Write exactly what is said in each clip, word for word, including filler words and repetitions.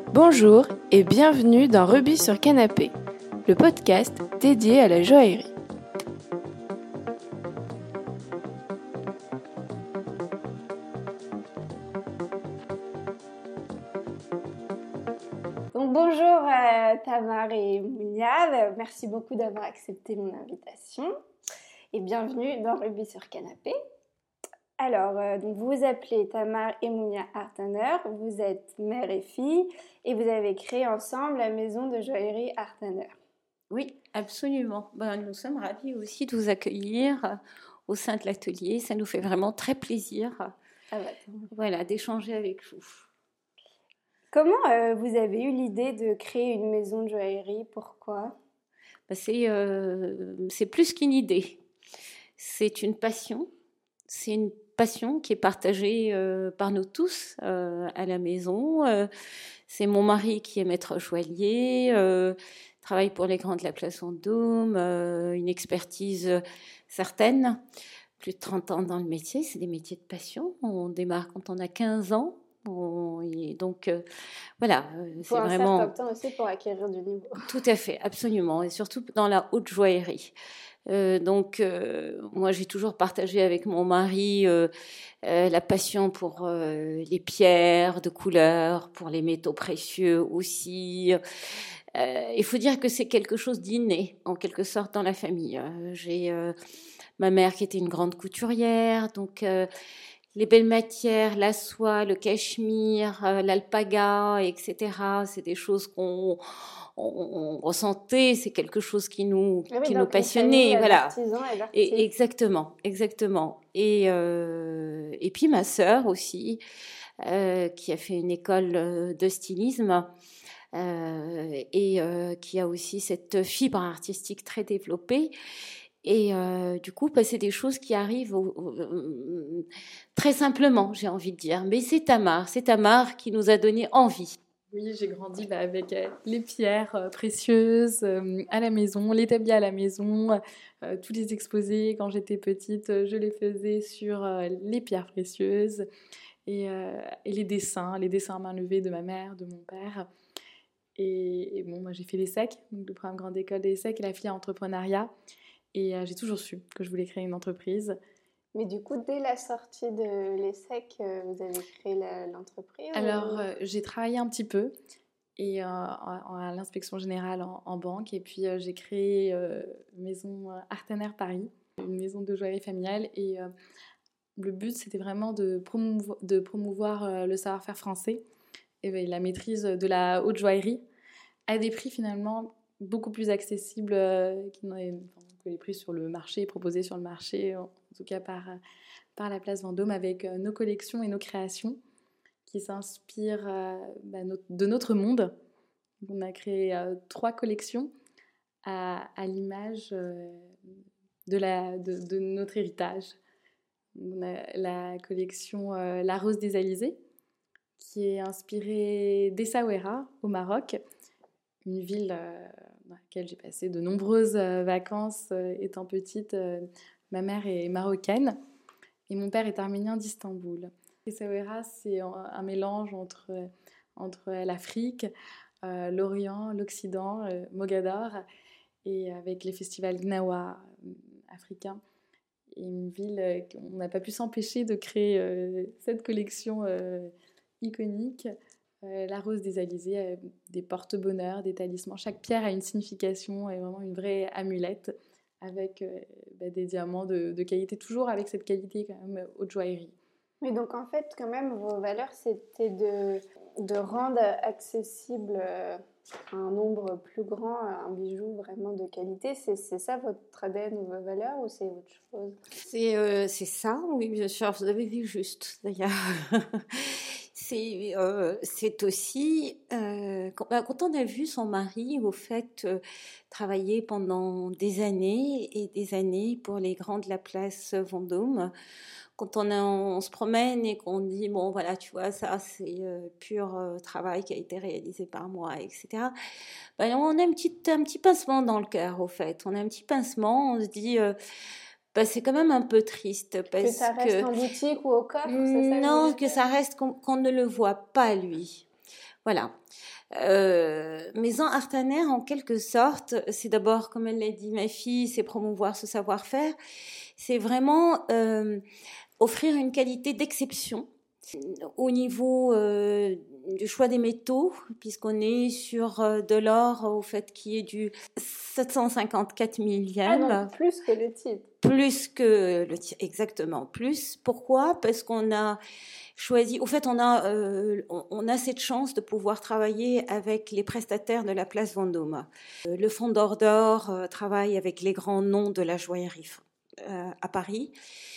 Bonjour et bienvenue dans Rubis sur Canapé, le podcast dédié à la joaillerie. Donc bonjour euh, Tamar et Mounia, merci beaucoup d'avoir accepté mon invitation et bienvenue dans Rubis sur Canapé. Alors, euh, donc vous vous appelez Tamar et Mounia Hartaner, vous êtes mère et fille et vous avez créé ensemble la maison de joaillerie Hartaner. Oui, absolument. Ben, nous sommes ravis aussi de vous accueillir au sein de l'atelier. Ça nous fait vraiment très plaisir Ah bah, voilà, d'échanger avec vous. Comment euh, vous avez eu l'idée de créer une maison de joaillerie? Pourquoi? Ben, c'est, euh, c'est plus qu'une idée. C'est une passion. C'est une passion qui est partagée euh, par nous tous euh, à la maison. Euh, c'est mon mari qui est maître joaillier, euh, travaille pour les Grands de la Place Vendôme, euh, une expertise certaine, plus de trente ans dans le métier. C'est des métiers de passion. On démarre quand on a quinze ans. On, et donc, euh, voilà, Il c'est faut un vraiment... certain temps aussi pour acquérir du niveau. Tout à fait, absolument, et surtout dans la haute joaillerie. Euh, donc, euh, moi, j'ai toujours partagé avec mon mari euh, euh, la passion pour euh, les pierres de couleur, pour les métaux précieux aussi. Euh, il faut dire que c'est quelque chose d'inné, en quelque sorte, dans la famille. Euh, j'ai euh, ma mère qui était une grande couturière, donc euh, les belles matières, la soie, le cachemire, euh, l'alpaga, et cetera. C'est des choses qu'on on, on ressentait, c'est quelque chose qui nous, Ah oui, qui donc nous passionnait, voilà. Et, Et, exactement, exactement. Et, euh, et puis ma sœur aussi, euh, qui a fait une école de stylisme euh, et euh, qui a aussi cette fibre artistique très développée. Et euh, du coup, bah, c'est des choses qui arrivent au, au, au, très simplement, j'ai envie de dire. Mais c'est Tamar, c'est Tamar qui nous a donné envie. Oui, j'ai grandi bah, avec euh, les pierres euh, précieuses euh, à la maison, l'établi à la maison, euh, tous les exposés. Quand j'étais petite, euh, je les faisais sur euh, les pierres précieuses et, euh, et les dessins, les dessins à main levée de ma mère, de mon père. Et, et bon, moi j'ai fait l'ESSEC, donc le programme Grande École des l'ESSEC et la filière entrepreneuriat. Et euh, j'ai toujours su que je voulais créer une entreprise. Mais du coup, dès la sortie de l'ESSEC, euh, vous avez créé la, l'entreprise? Alors, ou... euh, j'ai travaillé un petit peu et euh, à l'inspection générale en, en banque. Et puis, euh, j'ai créé euh, Maison Hartaner Paris, une maison de joaillerie familiale. Et euh, le but, c'était vraiment de promouvoir, de promouvoir euh, le savoir-faire français et ben, la maîtrise de la haute joaillerie à des prix finalement beaucoup plus accessibles euh, que les prix sur le marché, proposés sur le marché, en tout cas par, par la place Vendôme, avec euh, nos collections et nos créations qui s'inspirent euh, bah, no- de notre monde. On a créé euh, trois collections à, à l'image euh, de, la, de, de notre héritage. On a la collection euh, La Rose des Alizés, qui est inspirée d'Essaouira, au Maroc, une ville euh, dans laquelle j'ai passé de nombreuses euh, vacances euh, étant petite. Euh, ma mère est marocaine et mon père est arménien d'Istanbul. Essaouira, c'est un mélange entre, entre l'Afrique, euh, l'Orient, l'Occident, euh, Mogador, et avec les festivals Gnawa euh, africains. Et une ville, euh, on n'a pas pu s'empêcher de créer euh, cette collection euh, iconique. Euh, la rose des Alizés, euh, des porte-bonheur, des talismans. Chaque pierre a une signification et vraiment une vraie amulette avec euh, bah, des diamants de, de qualité, toujours avec cette qualité quand même haute joaillerie. Mais donc en fait, quand même, vos valeurs, c'était de, de rendre accessible euh, un nombre plus grand, un bijou vraiment de qualité. C'est, c'est ça votre A D N ou vos valeurs ou c'est autre chose? C'est, euh, c'est ça, oui, bien sûr, vous avez vu juste d'ailleurs. c'est, euh, c'est aussi, euh, quand, bah, quand on a vu son mari, au fait, euh, travailler pendant des années et des années pour les Grands de la Place Vendôme, quand on, a, on se promène et qu'on dit, bon, voilà, tu vois, ça, c'est euh, pur euh, travail qui a été réalisé par moi, et cetera. Ben, on a un petit, un petit pincement dans le cœur, au fait. On a un petit pincement, on se dit, euh, ben, c'est quand même un peu triste. Parce que ça reste que, en boutique ou au coffre, c'est ça? non, que ça reste qu'on, qu'on ne le voit pas, lui. Voilà. Euh, Maison Artaner, en quelque sorte, c'est d'abord, comme elle l'a dit, ma fille, c'est promouvoir ce savoir-faire. C'est vraiment euh, offrir une qualité d'exception au niveau euh, du choix des métaux, puisqu'on est sur euh, de l'or au fait qui est du sept cent cinquante-quatre millième. Ah donc plus que le titre. Plus que le titre, exactement. Plus. Pourquoi ? Parce qu'on a choisi. Au fait, on a euh, on a cette chance de pouvoir travailler avec les prestataires de la place Vendôme. Euh, le Fondeur d'Or euh, travaille avec les grands noms de la joaillerie euh, à Paris.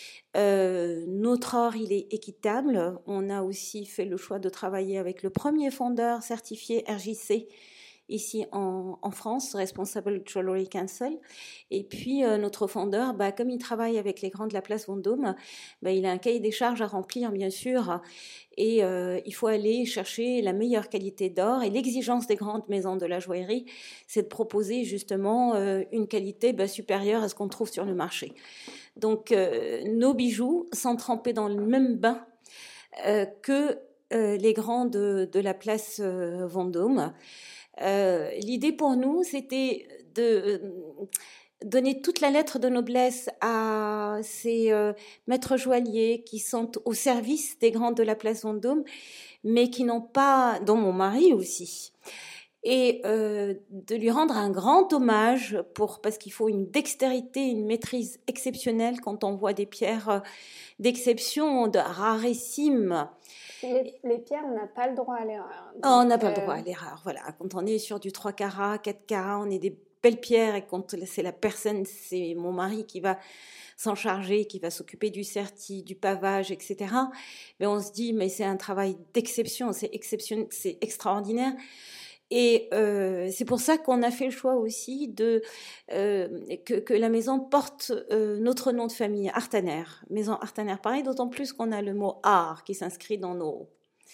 Euh, notre or, il est équitable. On a aussi fait le choix de travailler avec le premier fondeur certifié R J C ici en, en France, Responsible Jewelry Council. Et puis euh, notre fondeur, bah, comme il travaille avec les grands de la place Vendôme, bah, il a un cahier des charges à remplir, bien sûr. Et euh, il faut aller chercher la meilleure qualité d'or. Et l'exigence des grandes maisons de la joaillerie, c'est de proposer justement euh, une qualité bah, supérieure à ce qu'on trouve sur le marché. Donc, euh, nos bijoux sont trempés dans le même bain euh, que euh, les grands de, de la place euh, Vendôme. Euh, l'idée pour nous, c'était de euh, donner toute la lettre de noblesse à ces euh, maîtres joailliers qui sont au service des grands de la place Vendôme, mais qui n'ont pas, dont mon mari aussi. Et euh, de lui rendre un grand hommage pour, parce qu'il faut une dextérité, une maîtrise exceptionnelle quand on voit des pierres d'exception, de rarissimes. Les, les pierres, on n'a pas le droit à l'erreur. Donc, oh, on n'a pas euh... le droit à l'erreur, voilà. Quand on est sur du trois carats, quatre carats, on est des belles pierres, et quand c'est la personne, c'est mon mari qui va s'en charger, qui va s'occuper du serti, du pavage, et cetera. Mais on se dit, mais c'est un travail d'exception, c'est exceptionnel, c'est extraordinaire. Et euh, c'est pour ça qu'on a fait le choix aussi de euh, que, que la maison porte euh, notre nom de famille, Artaner, Maison Artaner Paris, d'autant plus qu'on a le mot art qui s'inscrit dans nos...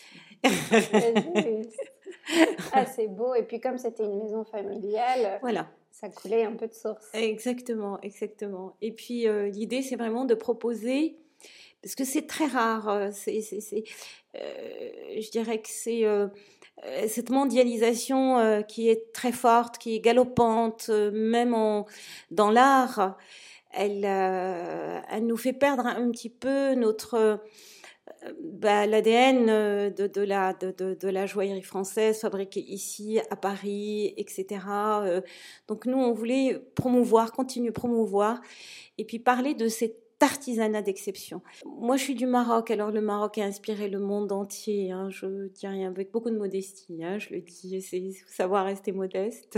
Ah, c'est beau. Et puis comme c'était une maison familiale, voilà. Ça coulait un peu de source. Exactement, exactement. Et puis euh, l'idée, c'est vraiment de proposer, parce que c'est très rare, c'est, c'est, c'est, euh, je dirais que c'est... Euh, cette mondialisation euh, qui est très forte, qui est galopante, euh, même en, dans l'art, elle, euh, elle nous fait perdre un petit peu notre euh, bah, l'A D N de, de, la, de, de, de la joaillerie française fabriquée ici à Paris, et cetera. Euh, donc nous, on voulait promouvoir, continuer à promouvoir, et puis parler de cette artisanat d'exception. Moi, je suis du Maroc, alors le Maroc a inspiré le monde entier, hein, je dis rien avec beaucoup de modestie, hein, je le dis, c'est savoir rester modeste.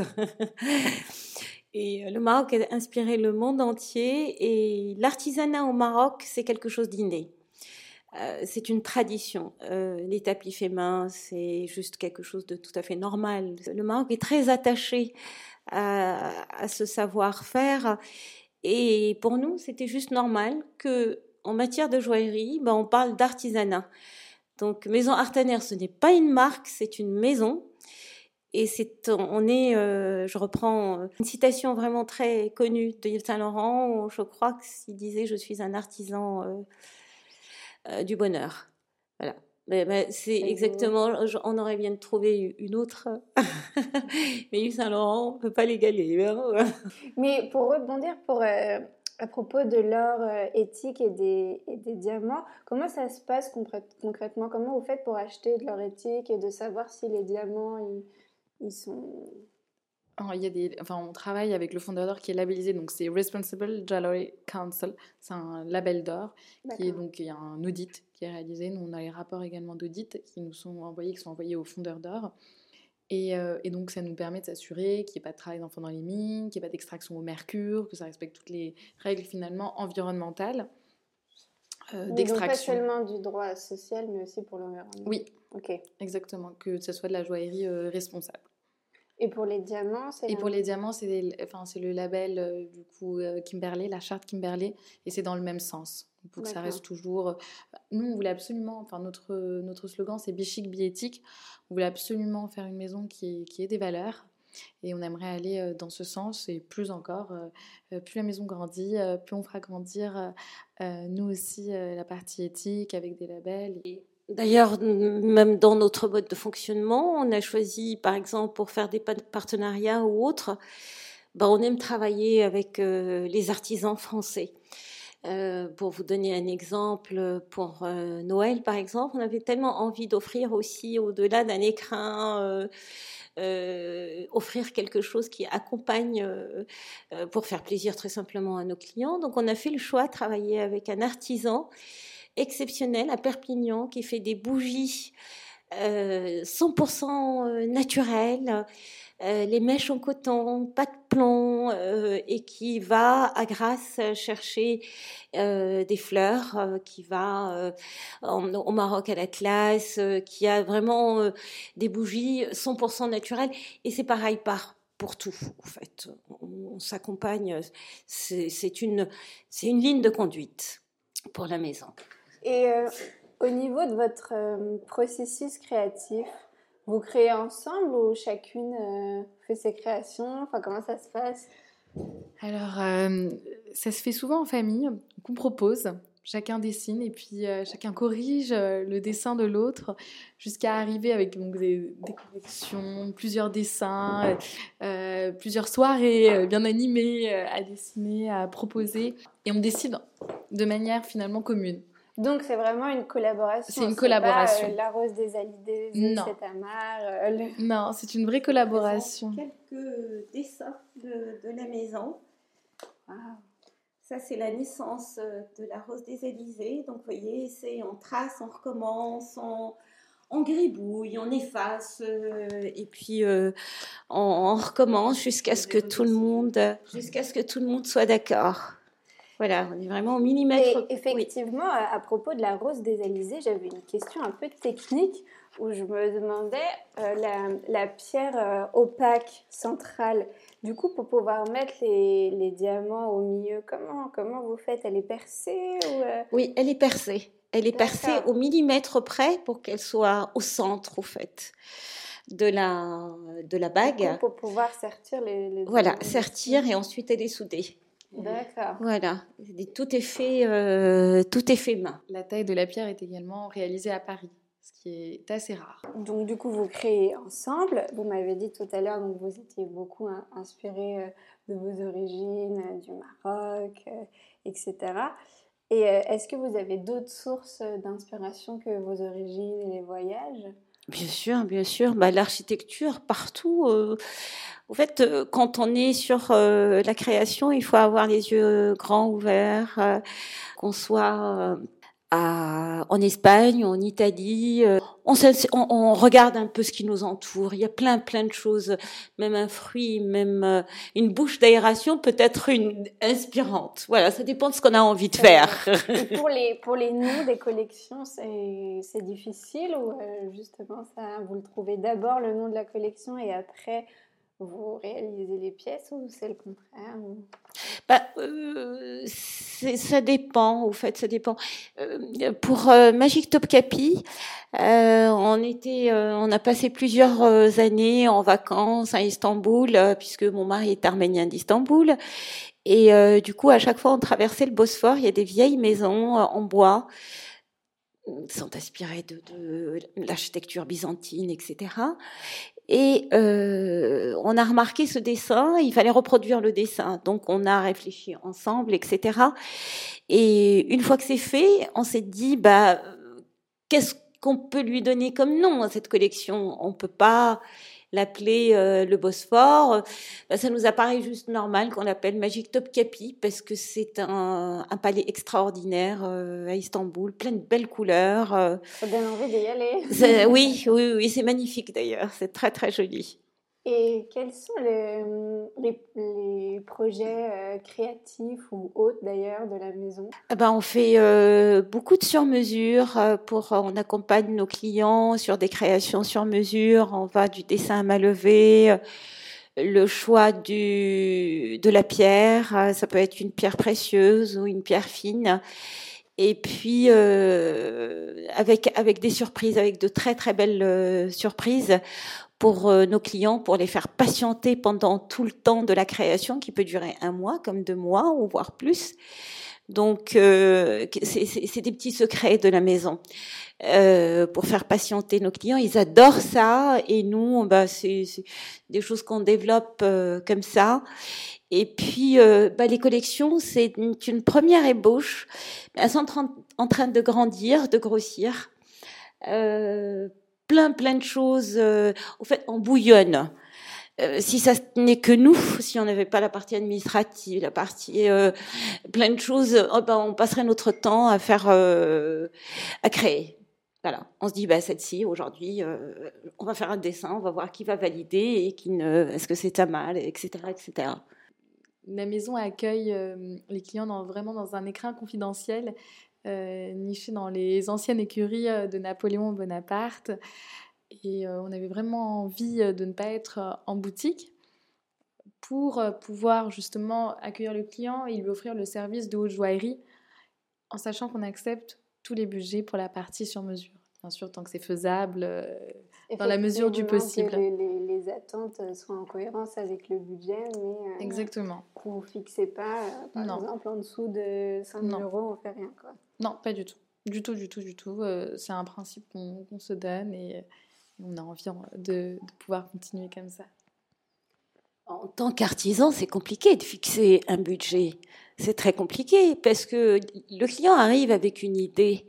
Et le Maroc a inspiré le monde entier, et l'artisanat au Maroc, c'est quelque chose d'inné. Euh, c'est une tradition. Euh, les tapis faits main, c'est juste quelque chose de tout à fait normal. Le Maroc est très attaché à, à ce savoir-faire. Et pour nous, c'était juste normal qu'en matière de joaillerie, ben, on parle d'artisanat. Donc, Maison Artaner, ce n'est pas une marque, c'est une maison. Et c'est, on est, euh, je reprends une citation vraiment très connue de Yves Saint Laurent, où je crois qu'il disait « Je suis un artisan euh, euh, du bonheur ». Voilà. Mais, mais c'est exactement, on aurait bien trouvé une autre, mais Yves Saint Laurent, on ne peut pas l'égaler. Hein. Mais pour rebondir pour, euh, à propos de l'or euh, éthique et des, et des diamants, comment ça se passe concrètement? Comment vous faites pour acheter de l'or éthique et de savoir si les diamants, ils, ils sont... Alors, il y a des, enfin, on travaille avec le fondeur d'or qui est labellisé, donc c'est Responsible Jewelry Council, c'est un label d'or, qui est donc, il y a un audit qui est réalisé, nous on a les rapports également d'audit qui nous sont envoyés, qui sont envoyés aux fondeurs d'or, et, euh, et donc ça nous permet de s'assurer qu'il n'y ait pas de travail d'enfant dans les mines, qu'il n'y ait pas d'extraction au mercure, que ça respecte toutes les règles finalement environnementales euh, oui, d'extraction. Donc pas seulement du droit social, mais aussi pour l'environnement. Oui, ok, exactement, que ce soit de la joaillerie euh, responsable. Et pour les diamants, c'est Et pour les diamants, c'est, des, enfin, c'est le label euh, du coup euh, Kimberley, la charte Kimberley, et c'est dans le même sens. Pour que D'accord. Ça reste toujours. Nous, on voulait absolument. Enfin, notre notre slogan, c'est Be chic, be éthique. On voulait absolument faire une maison qui qui ait des valeurs, et on aimerait aller dans ce sens et plus encore. Euh, plus la maison grandit, plus on fera grandir euh, nous aussi euh, la partie éthique avec des labels. Et D'ailleurs, même dans notre mode de fonctionnement, on a choisi, par exemple, pour faire des partenariats ou autres, ben, on aime travailler avec euh, les artisans français. Euh, pour vous donner un exemple, pour euh, Noël, par exemple, on avait tellement envie d'offrir aussi, au-delà d'un écrin, euh, euh, offrir quelque chose qui accompagne euh, euh, pour faire plaisir très simplement à nos clients. Donc, on a fait le choix de travailler avec un artisan exceptionnel à Perpignan qui fait des bougies euh, cent pour cent naturelles, euh, les mèches en coton, pas de plomb, euh, et qui va à Grasse chercher euh, des fleurs, euh, qui va euh, en, au Maroc à l'Atlas, euh, qui a vraiment euh, des bougies cent pour cent naturelles. Et c'est pareil par pour tout, en fait. On, on s'accompagne. C'est, c'est une, c'est une ligne de conduite pour la maison. Et euh, au niveau de votre euh, processus créatif, vous créez ensemble ou chacune euh, fait ses créations? Enfin, comment ça se passe? Alors, euh, ça se fait souvent en famille. On propose, chacun dessine et puis euh, chacun corrige euh, le dessin de l'autre jusqu'à arriver avec donc, des, des corrections, plusieurs dessins, euh, plusieurs soirées euh, bien animées euh, à dessiner, à proposer. Et on décide de manière finalement commune. Donc, c'est vraiment une collaboration. C'est une collaboration. C'est pas, euh, la rose des Alidés, c'est Amar. Euh, le... Non, c'est une vraie collaboration. Quelques dessins de, de la maison. Wow. Ça, c'est la naissance de la rose des Élysées. Donc, vous voyez, c'est on trace, on recommence, on, on gribouille, on efface, euh, et puis euh, on, on recommence jusqu'à ce que tout le monde, jusqu'à ce que tout le monde soit d'accord. Voilà, on est vraiment au millimètre. Et effectivement, oui. à, à propos de la rose des Élysées, j'avais une question un peu technique où je me demandais euh, la, la pierre euh, opaque centrale. Du coup, pour pouvoir mettre les, les diamants au milieu, comment, comment vous faites? Elle est percée ou euh... Oui, elle est percée. Elle est D'accord. percée au millimètre près pour qu'elle soit au centre, au fait, de la, de la bague. Du coup, pour pouvoir sertir les, les Voilà, sertir et ensuite elle est soudée. D'accord. Voilà, tout est fait, euh, tout est fait main. La taille de la pierre est également réalisée à Paris, ce qui est assez rare. Donc du coup, vous créez ensemble. Vous m'avez dit tout à l'heure, donc vous étiez beaucoup hein, inspiré euh, de vos origines, euh, du Maroc, euh, et cetera. Et euh, est-ce que vous avez d'autres sources d'inspiration que vos origines et les voyages? Bien sûr, bien sûr. Bah, l'architecture, partout. Euh, en fait, euh, quand on est sur euh, la création, il faut avoir les yeux grands ouverts, euh, qu'on soit euh, à, en Espagne, en Italie. Euh, on, on, on regarde un peu ce qui nous entoure. Il y a plein, plein de choses. Même un fruit, même euh, une bouche d'aération peut être une inspirante. Voilà, ça dépend de ce qu'on a envie de faire. Et pour les pour les noms des collections, c'est c'est difficile ou euh, justement ça, vous le trouvez d'abord le nom de la collection et après vous réalisez les pièces ou c'est le contraire ou... Bah, euh, c'est, ça dépend, au fait, ça dépend. Euh, pour euh, Magic Topkapi, euh, on était, euh, on a passé plusieurs euh, années en vacances à Istanbul, euh, puisque mon mari est arménien d'Istanbul, et euh, du coup, à chaque fois, on traversait le Bosphore. Il y a des vieilles maisons euh, en bois, sont inspirées de, de l'architecture byzantine, et cetera. Et euh, on a remarqué ce dessin, il fallait reproduire le dessin. Donc, on a réfléchi ensemble, et cetera. Et une fois que c'est fait, on s'est dit, bah, qu'est-ce qu'on peut lui donner comme nom à cette collection? On peut pas l'appeler euh, le Bosphore. Bah, ça nous apparaît juste normal qu'on l'appelle Magic Topkapi parce que c'est un, un palais extraordinaire euh, à Istanbul, plein de belles couleurs. Euh, ça donne envie d'y aller. c'est, oui, oui, oui, c'est magnifique d'ailleurs. C'est très, très joli. Et quels sont les, les, les projets euh, créatifs ou autres d'ailleurs de la maison? Eh ben, on fait euh, beaucoup de sur-mesure. Euh, pour, on accompagne nos clients sur des créations sur-mesure. On va du dessin à main levée, euh, le choix du, de la pierre. Euh, ça peut être une pierre précieuse ou une pierre fine. Et puis euh, avec avec des surprises, avec de très très belles euh, surprises pour euh, nos clients, pour les faire patienter pendant tout le temps de la création, qui peut durer un mois, comme deux mois, ou voire plus. Donc, euh, c'est, c'est, c'est des petits secrets de la maison. Euh, pour faire patienter nos clients, ils adorent ça, et nous, bah, c'est, c'est des choses qu'on développe euh, comme ça. Et puis, euh, bah, les collections, c'est une, une première ébauche. Elles sont en train, en train de grandir, de grossir. Euh, plein, plein de choses. Euh, au fait, on bouillonne. Euh, si ça n'est que nous, si on n'avait pas la partie administrative, la partie euh, plein de choses, oh ben, on passerait notre temps à faire, euh, à créer. Voilà, on se dit bah celle-ci aujourd'hui, euh, on va faire un dessin, on va voir qui va valider et qui ne, est-ce que c'est à mal, et cetera, et cetera. La maison accueille euh, les clients dans, vraiment dans un écrin confidentiel, euh, niché dans les anciennes écuries de Napoléon Bonaparte. Et euh, on avait vraiment envie de ne pas être en boutique pour pouvoir justement accueillir le client et lui offrir le service de haute joaillerie, en sachant qu'on accepte tous les budgets pour la partie sur mesure. Bien sûr, tant que c'est faisable, euh, dans la mesure du possible. Que les, les, les attentes soient en cohérence avec le budget, mais euh, exactement. Vous ne fixez pas, euh, par non. exemple, en dessous de cinq mille euros, on ne fait rien, quoi. Non, pas du tout. Du tout, du tout, du tout. Euh, c'est un principe qu'on, qu'on se donne et on a envie de, de pouvoir continuer comme ça. En tant qu'artisan, c'est compliqué de fixer un budget. C'est très compliqué parce que le client arrive avec une idée.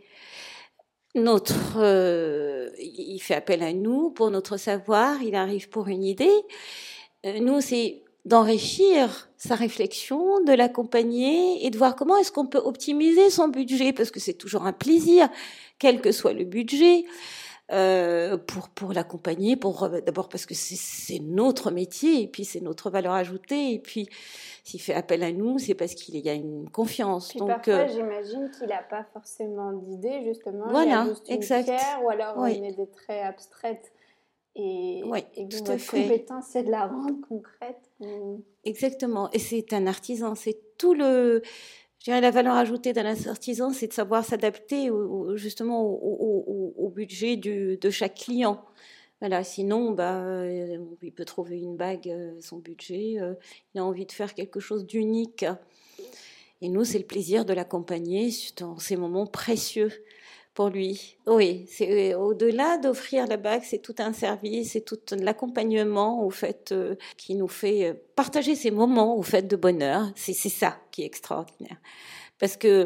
Notre, euh, il fait appel à nous pour notre savoir, il arrive pour une idée. Euh, nous, c'est d'enrichir sa réflexion, de l'accompagner et de voir comment est-ce qu'on peut optimiser son budget, parce que c'est toujours un plaisir, quel que soit le budget. Euh, pour pour l'accompagner, pour d'abord parce que c'est, c'est notre métier et puis c'est notre valeur ajoutée, et puis s'il fait appel à nous, c'est parce qu'il y a une confiance. Puis donc parfois, euh, j'imagine qu'il n'a pas forcément d'idée, justement. Voilà, il y a juste une exact. pierre, ou alors oui. une idée très abstraite, et, oui, et que tout votre à fait. compétence, c'est de la rendre concrète. Ou... Exactement, et c'est un artisan, c'est tout le... Je dirais la valeur ajoutée d'un artisan, c'est de savoir s'adapter au, au, justement au, au, au budget du, de chaque client. Voilà, sinon, bah, euh, il peut trouver une bague, euh, son budget, euh, il a envie de faire quelque chose d'unique. Et nous, c'est le plaisir de l'accompagner dans ces moments précieux pour lui. Oui, c'est au-delà d'offrir la bague, c'est tout un service, c'est tout l'accompagnement au fait euh, qui nous fait partager ces moments au fait de bonheur. C'est, c'est ça qui est extraordinaire, parce que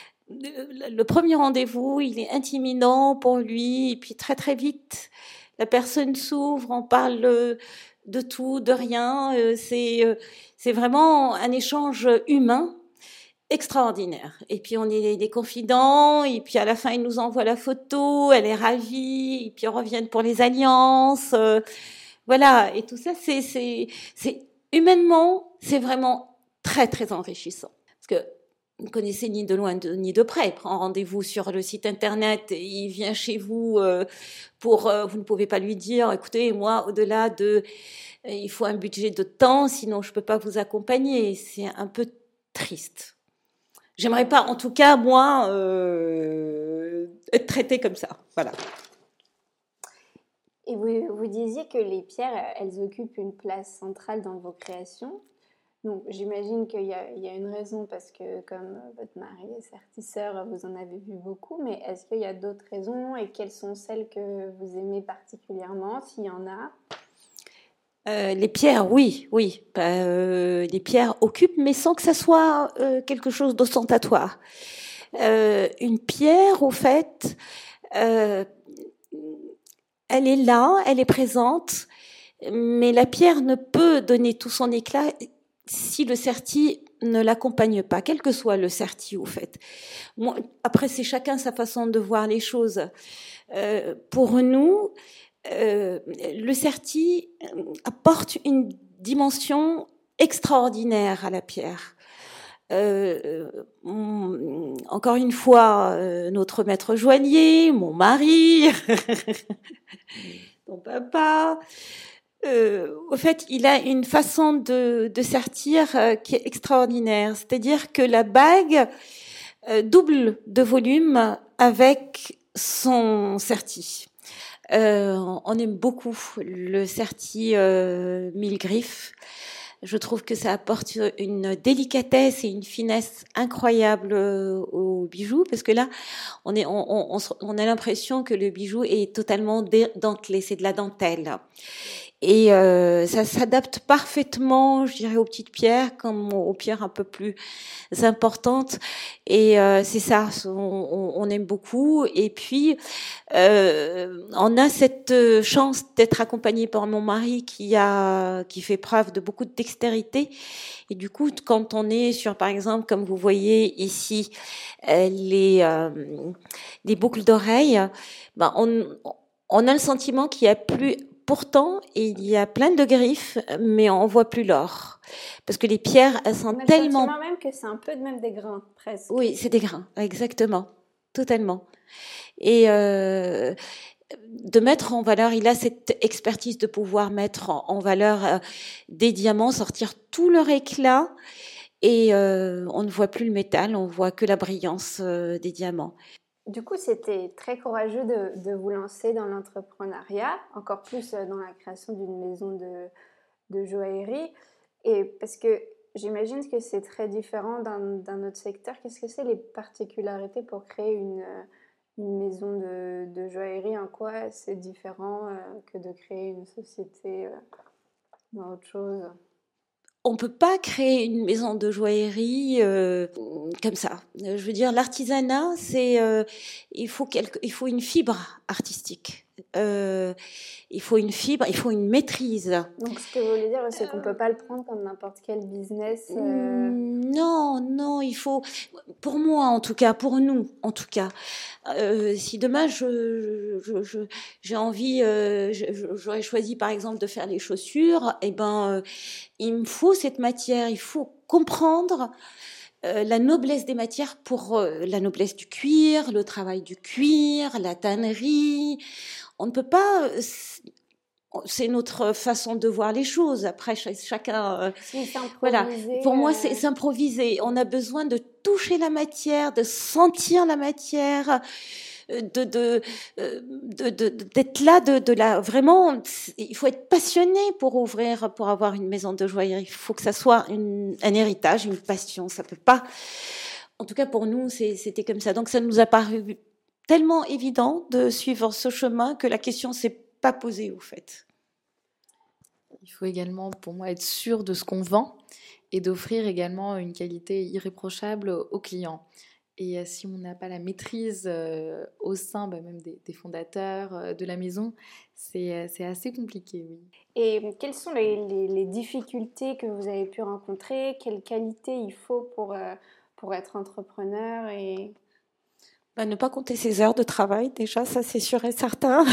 le premier rendez-vous, il est intimidant pour lui, et puis très très vite, la personne s'ouvre, on parle de tout, de rien. C'est c'est vraiment un échange humain extraordinaire. Et puis on est des confidents, et puis à la fin il nous envoie la photo, elle est ravie, et puis on revient pour les alliances, euh, voilà. Et tout ça, c'est c'est c'est humainement, c'est vraiment très très enrichissant, parce que vous ne connaissez ni de loin de, ni de près. Il prend rendez-vous sur le site internet, et il vient chez vous euh, pour. Euh, vous ne pouvez pas lui dire, écoutez, moi, au-delà de, euh, il faut un budget de temps, sinon je peux pas vous accompagner. C'est un peu triste. J'aimerais pas, en tout cas, moi, euh, être traitée comme ça. Voilà. Et vous, vous disiez que les pierres, elles occupent une place centrale dans vos créations. Donc, j'imagine qu'il y a, il y a une raison, parce que comme votre mari est sertisseur, vous en avez vu beaucoup, mais est-ce qu'il y a d'autres raisons, et quelles sont celles que vous aimez particulièrement, s'il y en a ? Euh, les pierres, oui, oui. Euh, les pierres occupent, mais sans que ça soit euh, quelque chose d'ostentatoire. Euh, une pierre, au fait, euh, elle est là, elle est présente, mais la pierre ne peut donner tout son éclat si le serti ne l'accompagne pas, quel que soit le serti, au fait. Moi, après, c'est chacun sa façon de voir les choses. Euh, pour nous, Euh, le serti apporte une dimension extraordinaire à la pierre. Euh, mon, encore une fois, euh, notre maître joaillier, mon mari, ton papa, euh, au fait, il a une façon de, de sertir euh, qui est extraordinaire. C'est-à-dire que la bague euh, double de volume avec son serti. Euh, on aime beaucoup le serti euh, mille griffes. Je trouve que ça apporte une délicatesse et une finesse incroyable au bijou, parce que là, on est, on, on, on a l'impression que le bijou est totalement dentelé, c'est de la dentelle. Et euh, ça s'adapte parfaitement, je dirais, aux petites pierres comme aux pierres un peu plus importantes. Et euh, c'est ça, on, on aime beaucoup. Et puis, euh, on a cette chance d'être accompagné par mon mari qui a, qui fait preuve de beaucoup de dextérité. Et du coup, quand on est sur, par exemple, comme vous voyez ici, euh, les euh, les boucles d'oreilles, ben on on a le sentiment qu'il y a plus. Pourtant, il y a plein de griffes, mais on voit plus l'or. Parce que les pierres, elles sont on a tellement... le sentiment même que c'est un peu de même des grains, presque. Oui, c'est des grains, exactement. Totalement. Et euh, de mettre en valeur, il a cette expertise de pouvoir mettre en, en valeur euh, des diamants, sortir tout leur éclat, et euh, on ne voit plus le métal, on voit que la brillance euh, des diamants. Du coup, c'était très courageux de, de vous lancer dans l'entrepreneuriat, encore plus dans la création d'une maison de, de joaillerie. Et parce que j'imagine que c'est très différent d'un, d'un autre secteur. Qu'est-ce que c'est les particularités pour créer une, une maison de, de joaillerie? En quoi c'est différent euh, que de créer une société euh, dans autre chose? On peut pas créer une maison de joaillerie euh, comme ça. Je veux dire, l'artisanat, c'est euh, il faut quelque, il faut une fibre artistique. Euh, il faut une fibre, il faut une maîtrise. Donc, ce que vous voulez dire, c'est qu'on ne peut pas le prendre comme n'importe quel business. Euh... Non, non, il faut, pour moi en tout cas, pour nous en tout cas, euh, si demain je, je, je, j'ai envie, euh, je, j'aurais choisi par exemple de faire les chaussures, eh ben, euh, il me faut cette matière, il faut comprendre euh, la noblesse des matières pour euh, la noblesse du cuir, le travail du cuir, la tannerie. On ne peut pas... Euh, c'est notre façon de voir les choses. Après, chacun, euh, voilà. Pour moi, c'est s'improviser. On a besoin de toucher la matière, de sentir la matière, de, de, de, de d'être là, de, de la, vraiment, il faut être passionné pour ouvrir, pour avoir une maison de joaillerie. Il faut que ça soit une, un héritage, une passion. Ça peut pas. En tout cas, pour nous, c'est, c'était comme ça. Donc, ça nous a paru tellement évident de suivre ce chemin que la question s'est pas posée, au fait. Il faut également, pour moi, être sûr de ce qu'on vend et d'offrir également une qualité irréprochable aux clients. Et euh, si on n'a pas la maîtrise euh, au sein bah, même des, des fondateurs euh, de la maison, c'est, c'est assez compliqué, oui. Et quelles sont les, les, les difficultés que vous avez pu rencontrer? Quelles qualités il faut pour, euh, pour être entrepreneur et... Bah, ne pas compter ses heures de travail, déjà, ça c'est sûr et certain.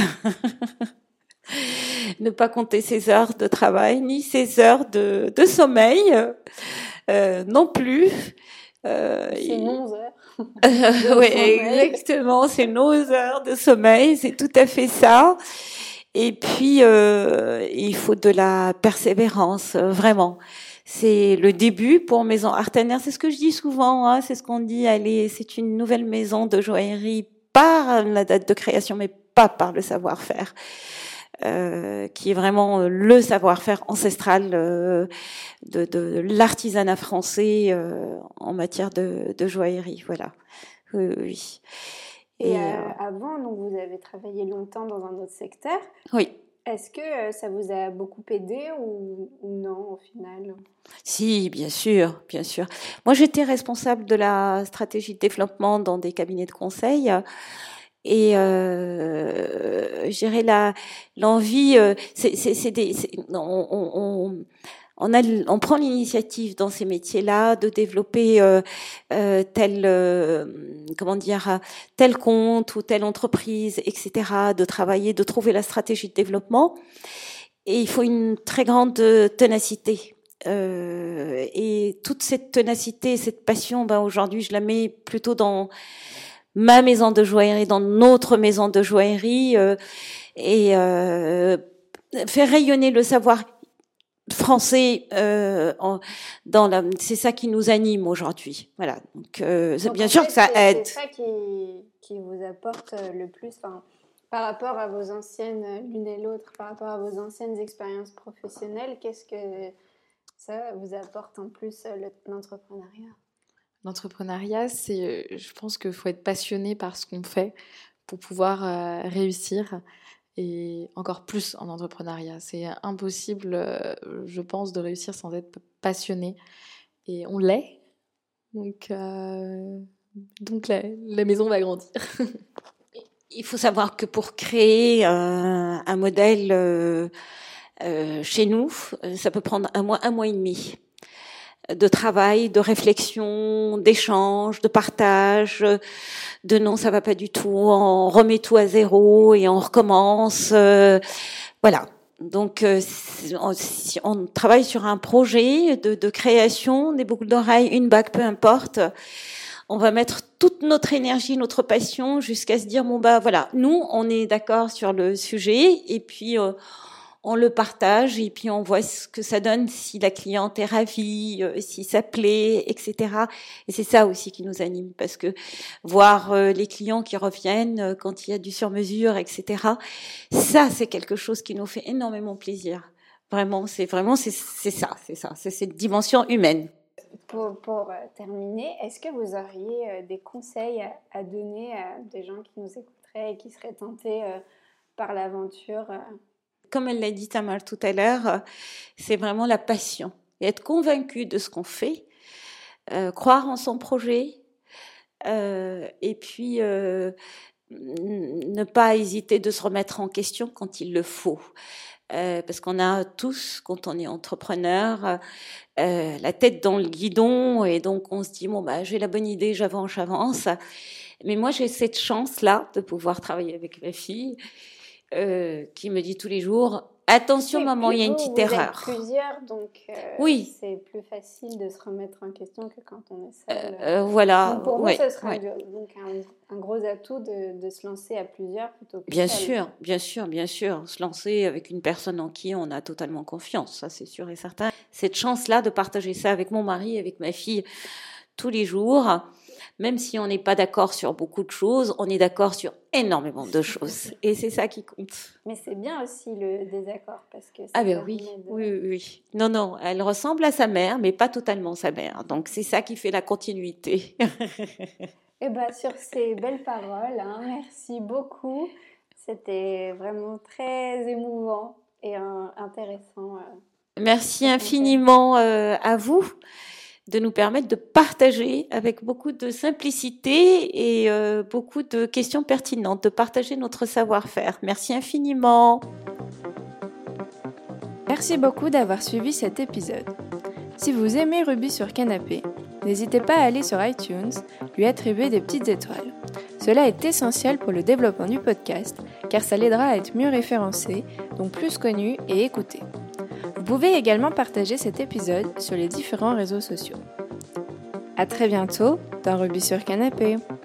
Ne pas compter ses heures de travail, ni ses heures de, de sommeil, euh, non plus. Euh, c'est et... nos heures. Euh, oui, exactement, c'est nos heures de sommeil, c'est tout à fait ça. Et puis, euh, il faut de la persévérance, vraiment. C'est le début pour Maison Artener, c'est ce que je dis souvent, hein, c'est ce qu'on dit, allez, c'est une nouvelle maison de joaillerie par la date de création, mais pas par le savoir-faire. Euh, qui est vraiment le savoir-faire ancestral euh, de, de l'artisanat français euh, en matière de, de joaillerie, voilà. Oui, oui. Et, Et euh, euh, avant, donc vous avez travaillé longtemps dans un autre secteur. Oui. Est-ce que ça vous a beaucoup aidé ou, ou non au final? Si, bien sûr, bien sûr. Moi, j'étais responsable de la stratégie de développement dans des cabinets de conseil. Et euh, je dirais la l'envie, euh, c'est c'est c'est des, c'est, on, on on a on prend l'initiative dans ces métiers-là de développer euh, euh, tel euh, comment dire tel compte ou telle entreprise, et cetera. De travailler, de trouver la stratégie de développement. Et il faut une très grande ténacité. Euh, et toute cette ténacité, cette passion, ben aujourd'hui, je la mets plutôt dans ma maison de joaillerie, dans notre maison de joaillerie, euh, et euh, faire rayonner le savoir français euh, en, dans la, c'est ça qui nous anime aujourd'hui. Voilà. Donc, euh, c'est Donc, bien sûr fait, que ça c'est, aide. C'est ça qui, qui vous apporte le plus, enfin, par rapport à vos anciennes, l'une et l'autre, par rapport à vos anciennes expériences professionnelles. Qu'est-ce que ça vous apporte en plus l'entrepreneuriat? L'entrepreneuriat, c'est, je pense qu'il faut être passionné par ce qu'on fait pour pouvoir euh, réussir, et encore plus en entrepreneuriat. C'est impossible, euh, je pense, de réussir sans être passionné, et on l'est. Donc, euh, donc la, la maison va grandir. Il faut savoir que pour créer euh, un modèle euh, euh, chez nous, ça peut prendre un mois, un mois et demi de travail, de réflexion, d'échange, de partage, de non, ça va pas du tout, on remet tout à zéro et on recommence. Euh, voilà. Donc, euh, on, si on travaille sur un projet de, de création, des boucles d'oreilles, une bague, peu importe. On va mettre toute notre énergie, notre passion, jusqu'à se dire bon bah voilà, nous on est d'accord sur le sujet et puis euh, on le partage et puis on voit ce que ça donne, si la cliente est ravie, euh, si ça plaît, et cetera. Et c'est ça aussi qui nous anime, parce que voir euh, les clients qui reviennent euh, quand il y a du sur-mesure, et cetera. Ça c'est quelque chose qui nous fait énormément plaisir. Vraiment, c'est vraiment c'est c'est ça, c'est ça, c'est cette dimension humaine. Pour, pour euh, terminer, est-ce que vous auriez euh, des conseils à, à donner à des gens qui nous écouteraient et qui seraient tentés euh, par l'aventure euh... Comme elle l'a dit Tamar tout à l'heure, euh, c'est vraiment la passion. Et être convaincu de ce qu'on fait, euh, croire en son projet, euh, et puis euh, ne pas hésiter de se remettre en question quand il le faut. Euh, parce qu'on a tous, quand on est entrepreneur, euh, la tête dans le guidon, et donc on se dit bon bah j'ai la bonne idée, j'avance, j'avance. Mais moi j'ai cette chance-là de pouvoir travailler avec ma fille, euh, qui me dit tous les jours attention oui, maman, il y a une vous, petite vous erreur. Êtes plusieurs, donc euh, oui. c'est plus facile de se remettre en question que quand on est seul. Euh, euh, voilà. Donc pour ouais, vous, ce sera ouais. donc un, un gros atout de, de se lancer à plusieurs plutôt que Bien seul. sûr, bien sûr, bien sûr. Se lancer avec une personne en qui on a totalement confiance, ça c'est sûr et certain. Cette chance-là de partager ça avec mon mari, avec ma fille, tous les jours, même si on n'est pas d'accord sur beaucoup de choses, on est d'accord sur énormément de choses. Et c'est ça qui compte. Mais c'est bien aussi le désaccord, parce que ça ah ben oui, de... oui, oui, oui. Non, non, elle ressemble à sa mère, mais pas totalement sa mère. Donc c'est ça qui fait la continuité. Eh bien, sur ces belles paroles, hein, merci beaucoup. C'était vraiment très émouvant et euh, intéressant. Euh, merci infiniment euh, à vous de nous permettre de partager avec beaucoup de simplicité et euh, beaucoup de questions pertinentes, de partager notre savoir-faire. Merci infiniment. Merci beaucoup d'avoir suivi cet épisode. Si vous aimez Ruby sur Canapé, n'hésitez pas à aller sur iTunes, lui attribuer des petites étoiles. Cela est essentiel pour le développement du podcast, car ça l'aidera à être mieux référencé, donc plus connu et écouté. Vous pouvez également partager cet épisode sur les différents réseaux sociaux. À très bientôt dans Ruby sur Canapé.